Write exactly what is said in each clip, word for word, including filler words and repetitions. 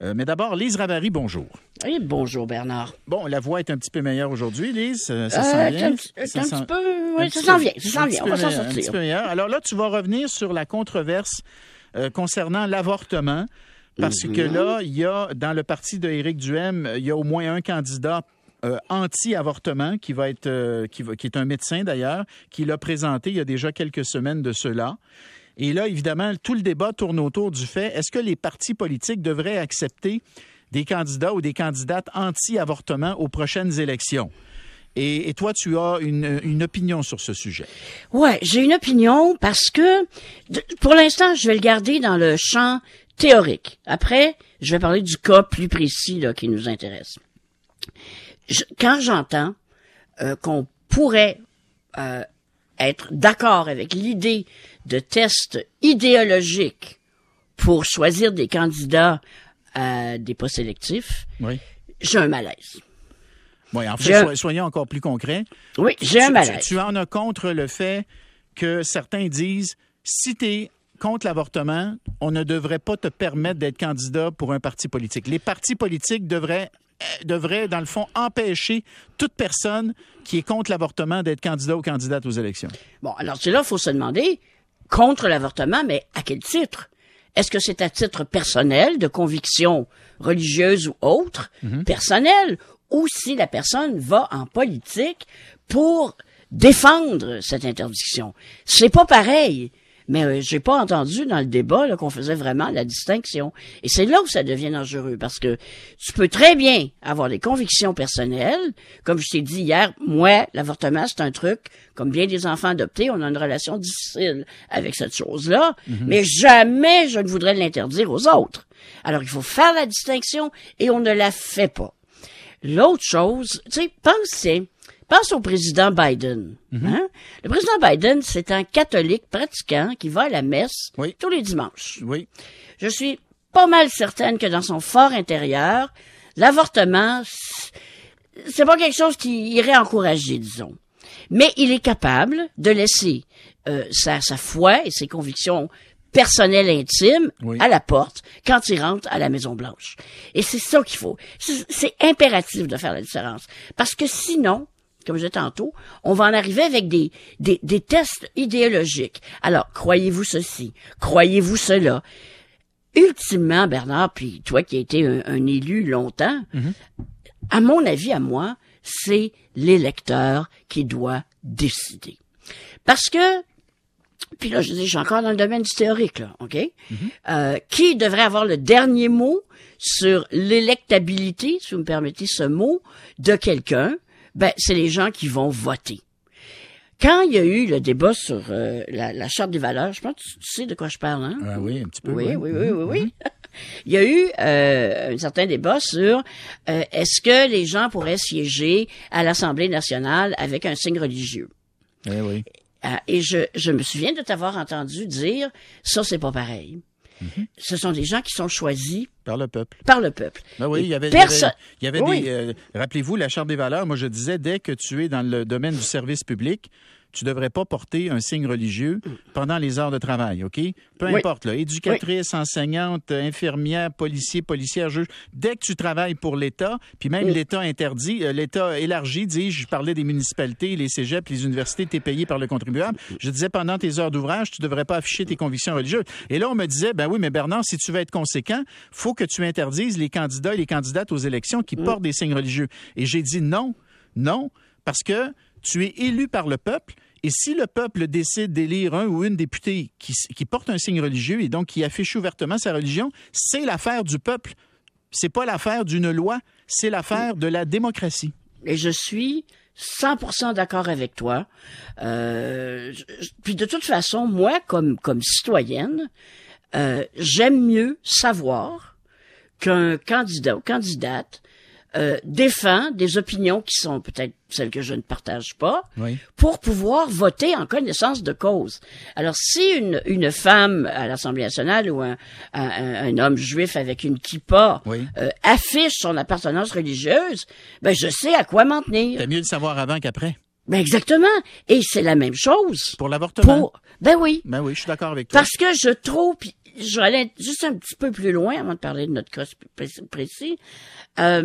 Euh, mais d'abord, Lise Ravary, bonjour. Oui, bonjour Bernard. Bon, la voix est un petit peu meilleure aujourd'hui, Lise. Ça euh, s'en vient. C'est un, ça un sent... petit peu... Oui, un ça petit s'en peu, vient, ça s'en vient. On va s'en sortir. Un petit peu meilleur. Alors là, tu vas revenir sur la controverse euh, concernant l'avortement. Parce mm-hmm. que là, il y a, dans le parti de Éric Duhaime, il y a au moins un candidat euh, anti-avortement qui va être, euh, qui, va, qui est un médecin d'ailleurs, qui l'a présenté il y a déjà quelques semaines de cela. Et là, évidemment, tout le débat tourne autour du fait, est-ce que les partis politiques devraient accepter des candidats ou des candidates anti-avortement aux prochaines élections? Et, et toi, tu as une, une opinion sur ce sujet. Ouais, j'ai une opinion parce que, pour l'instant, je vais le garder dans le champ théorique. Après, je vais parler du cas plus précis là, qui nous intéresse. Je, quand j'entends euh, qu'on pourrait euh, être d'accord avec l'idée de tests idéologiques pour choisir des candidats à des postes électifs, oui. j'ai un malaise. Oui, en fait, un... soyons encore plus concrets. Oui, j'ai tu, un malaise. Tu, tu en as contre le fait que certains disent, si tu es contre l'avortement, on ne devrait pas te permettre d'être candidat pour un parti politique. Les partis politiques devraient, devraient, dans le fond, empêcher toute personne qui est contre l'avortement d'être candidat ou candidate aux élections. Bon, alors c'est là, il faut se demander, contre l'avortement, mais à quel titre? Est-ce que c'est à titre personnel, de conviction religieuse ou autre, mm-hmm. personnel, ou si la personne va en politique pour défendre cette interdiction? C'est pas pareil. Mais euh, j'ai pas entendu dans le débat là, qu'on faisait vraiment la distinction. Et c'est là où ça devient dangereux, parce que tu peux très bien avoir des convictions personnelles. Comme je t'ai dit hier, moi, l'avortement, c'est un truc, comme bien des enfants adoptés, on a une relation difficile avec cette chose-là, mm-hmm. mais jamais je ne voudrais l'interdire aux autres. Alors, il faut faire la distinction, et on ne la fait pas. L'autre chose, tu sais, pensez... Pense au président Biden. Mm-hmm. Hein? Le président Biden, c'est un catholique pratiquant qui va à la messe oui. tous les dimanches. Oui. Je suis pas mal certaine que dans son fort intérieur, l'avortement, c'est pas quelque chose qui irait encourager, disons. Mais il est capable de laisser euh, sa, sa foi et ses convictions personnelles intimes oui. à la porte quand il rentre à la Maison-Blanche. Et c'est ça qu'il faut. C'est, c'est impératif de faire la différence. Parce que sinon, comme je disais tantôt, on va en arriver avec des, des, des tests idéologiques. Alors, croyez-vous ceci? Croyez-vous cela? Ultimement, Bernard, puis toi qui as été un, un élu longtemps, mm-hmm. à mon avis, à moi, c'est l'électeur qui doit décider. Parce que, puis là, je dis, je suis encore dans le domaine du théorique, là, OK? Mm-hmm. Euh, qui devrait avoir le dernier mot sur l'électabilité, si vous me permettez ce mot, de quelqu'un? Ben, c'est les gens qui vont voter. Quand il y a eu le débat sur euh, la, la Charte des valeurs, je pense que tu, tu sais de quoi je parle, hein? Ah oui, un petit peu. Oui, oui, oui, oui, oui. oui. Mm-hmm. Il y a eu euh, un certain débat sur euh, est-ce que les gens pourraient siéger à l'Assemblée nationale avec un signe religieux. Eh oui. Euh, et je, je me souviens de t'avoir entendu dire, ça, c'est pas pareil. Mm-hmm. Ce sont des gens qui sont choisis par le peuple. Par le peuple. Ben oui, il y avait, perso- il y avait, il y avait oui. des... Euh, rappelez-vous, la Charte des valeurs, moi je disais, dès que tu es dans le domaine du service public, tu ne devrais pas porter un signe religieux pendant les heures de travail, OK? Peu oui. importe, là, éducatrice, oui. enseignante, infirmière, policier, policière, juge. Dès que tu travailles pour l'État, puis même oui. l'État interdit, euh, l'État élargi, dit, je parlais des municipalités, les cégeps, les universités, tu es payé par le contribuable. Je disais, pendant tes heures d'ouvrage, tu ne devrais pas afficher tes convictions religieuses. Et là, on me disait, ben oui, mais Bernard, si tu veux être conséquent, faut que tu interdises les candidats et les candidates aux élections qui oui. portent des signes religieux. Et j'ai dit non, non, parce que tu es élu par le peuple. Et si le peuple décide d'élire un ou une députée qui, qui porte un signe religieux et donc qui affiche ouvertement sa religion, c'est l'affaire du peuple. C'est pas l'affaire d'une loi, c'est l'affaire de la démocratie. Et je suis cent pour cent d'accord avec toi. Euh, je, puis de toute façon, moi, comme, comme citoyenne, euh, j'aime mieux savoir qu'un candidat ou candidate Euh, défend des opinions qui sont peut-être celles que je ne partage pas, oui. pour pouvoir voter en connaissance de cause. Alors, si une, une femme à l'Assemblée nationale ou un, un, un homme juif avec une kippa oui. euh, affiche son appartenance religieuse, ben je sais à quoi m'en tenir. C'est mieux de savoir avant qu'après. Ben exactement. Et c'est la même chose. Pour l'avortement? Pour... Ben oui. Ben oui, je suis d'accord avec toi. Parce que je trouve... je vais aller juste un petit peu plus loin avant de parler de notre cas précis. Euh,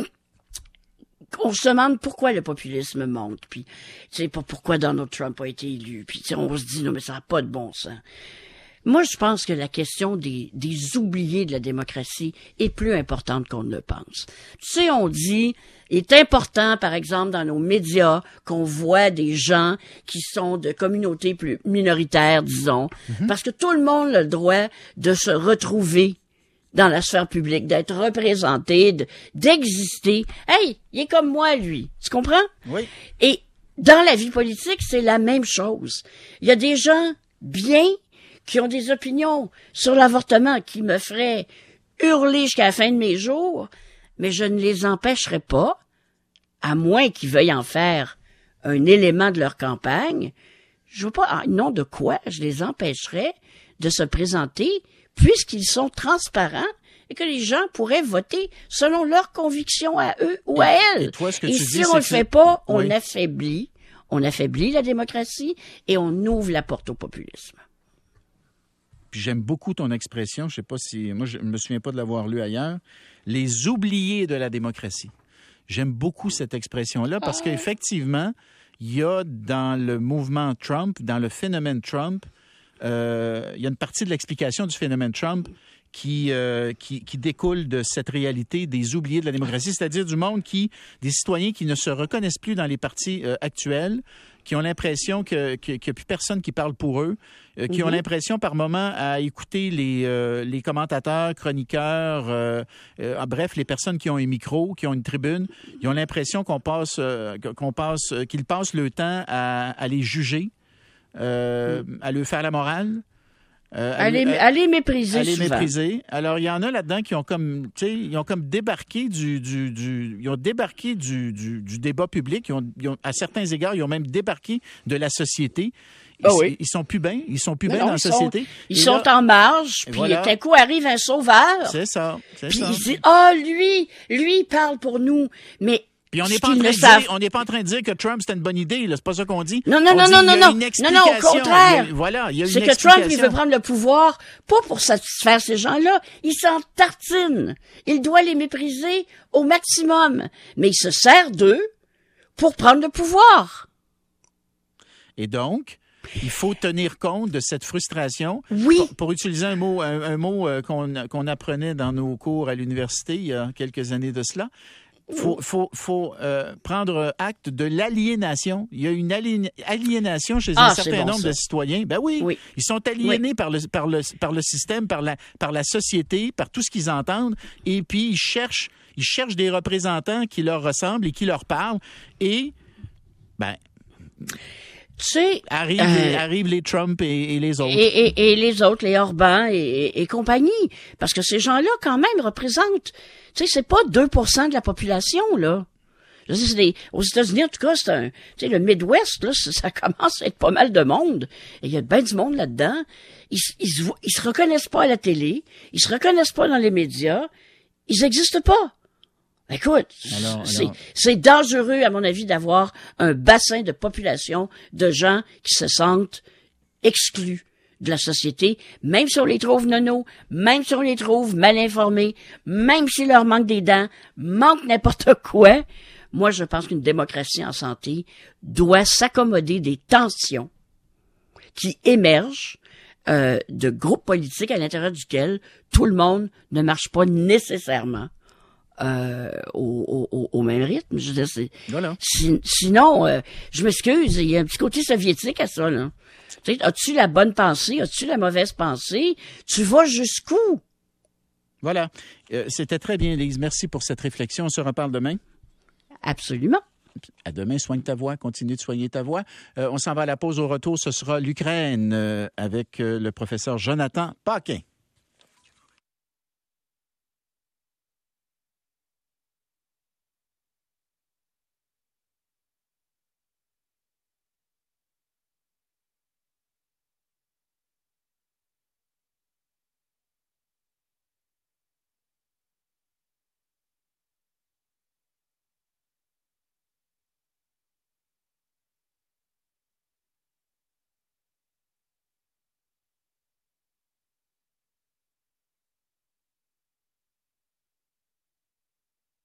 on se demande pourquoi le populisme monte, puis tu sais, pas pourquoi Donald Trump a été élu, puis on se dit non mais ça n'a pas de bon sens. Moi, je pense que la question des, des oubliés de la démocratie est plus importante qu'on ne le pense. Tu sais, on dit, il est important, par exemple, dans nos médias, qu'on voit des gens qui sont de communautés plus minoritaires, disons, mm-hmm. parce que tout le monde a le droit de se retrouver dans la sphère publique, d'être représenté, de, d'exister. Hey, il est comme moi, lui. Tu comprends? Oui. Et dans la vie politique, c'est la même chose. Il y a des gens bien qui ont des opinions sur l'avortement qui me feraient hurler jusqu'à la fin de mes jours, mais je ne les empêcherai pas, à moins qu'ils veuillent en faire un élément de leur campagne. Je vois pas, en nom de quoi je les empêcherais de se présenter, puisqu'ils sont transparents et que les gens pourraient voter selon leurs convictions à eux ou à elles. Et, toi, ce que et tu si dis, on le fait pas, on oui. affaiblit, on affaiblit la démocratie et on ouvre la porte au populisme. Puis j'aime beaucoup ton expression, je sais pas si, moi je me souviens pas de l'avoir lu ailleurs, les oubliés de la démocratie. J'aime beaucoup cette expression-là parce qu'effectivement, il y a dans le mouvement Trump, dans le phénomène Trump, euh, il y a une partie de l'explication du phénomène Trump qui, euh, qui, qui découle de cette réalité des oubliés de la démocratie, c'est-à-dire du monde qui, des citoyens qui ne se reconnaissent plus dans les partis euh, actuels, qui ont l'impression que, que, qu'il n'y a plus personne qui parle pour eux, euh, qui mm-hmm. ont l'impression par moment à écouter les, euh, les commentateurs, chroniqueurs, euh, euh, bref, les personnes qui ont un micro, qui ont une tribune, ils ont l'impression qu'on passe, euh, qu'on passe, euh, qu'ils passent le temps à, à les juger, euh, mm. à leur faire la morale. Euh, à, les, à les mépriser à les souvent. mépriser. Alors, il y en a là-dedans qui ont comme, tu sais, ils ont comme débarqué du, du, du ils ont débarqué du, du, du débat public. Ils ont, ils ont, à certains égards, ils ont même débarqué de la société. Ils, oh oui. ils sont plus bien, ils sont plus non, bien non, dans la sont, société. Ils et sont là, en marge, puis voilà. Tout à coup arrive un sauveur. C'est ça, c'est puis ça. Puis il dit, ah, oh, lui, lui, il parle pour nous. Mais Puis on n'est pas, savent... pas en train de dire que Trump, c'était une bonne idée. Là. C'est pas ça qu'on dit. Non, non, on non, dit, non, non, non. Non, non, au contraire. Il y a, voilà, il y a une C'est que Trump, il veut prendre le pouvoir, pas pour satisfaire ces gens-là. Il s'en tartine. Il doit les mépriser au maximum. Mais il se sert d'eux pour prendre le pouvoir. Et donc, il faut tenir compte de cette frustration. Oui. Pour, pour utiliser un mot, un, un mot qu'on, qu'on apprenait dans nos cours à l'université il y a quelques années de cela. Faut, faut, faut euh, prendre acte de l'aliénation. Il y a une alien... aliénation chez ah, un certain bon, nombre ça. de citoyens. Ben oui, oui. ils sont aliénés oui. par le par le par le système, par la par la société, par tout ce qu'ils entendent. Et puis ils cherchent ils cherchent des représentants qui leur ressemblent et qui leur parlent. Et ben. Tu sais, arrivent, euh, arrivent les Trump et, et les autres. Et, et, et les autres, les Orban et, et, et compagnie. Parce que ces gens-là, quand même, représentent, tu sais, c'est pas deux pour cent de la population, là. Je veux dire, c'est des, aux États-Unis, en tout cas, c'est un, tu sais, le Midwest, là, ça, ça commence à être pas mal de monde. Et il y a bien du monde là-dedans. Ils, ils, ils, ils se reconnaissent pas à la télé. Ils se reconnaissent pas dans les médias. Ils existent pas. Écoute, alors, c'est, alors... c'est dangereux, à mon avis, d'avoir un bassin de population de gens qui se sentent exclus de la société, même si on les trouve nono, même si on les trouve mal informés, même s'il leur manque des dents, manque n'importe quoi. Moi, je pense qu'une démocratie en santé doit s'accommoder des tensions qui émergent euh, de groupes politiques à l'intérieur duquel tout le monde ne marche pas nécessairement Euh, au, au, au même rythme. Je veux dire, c'est, voilà. si, sinon, euh, je m'excuse, il y a un petit côté soviétique à ça, là. Tu sais, as-tu la bonne pensée? As-tu la mauvaise pensée? Tu vas jusqu'où? Voilà. Euh, c'était très bien, Lise. Merci pour cette réflexion. On se reparle demain? Absolument. À demain, soigne ta voix, continue de soigner ta voix. Euh, on s'en va à la pause. Au retour, ce sera l'Ukraine euh, avec euh, le professeur Jonathan Paquin.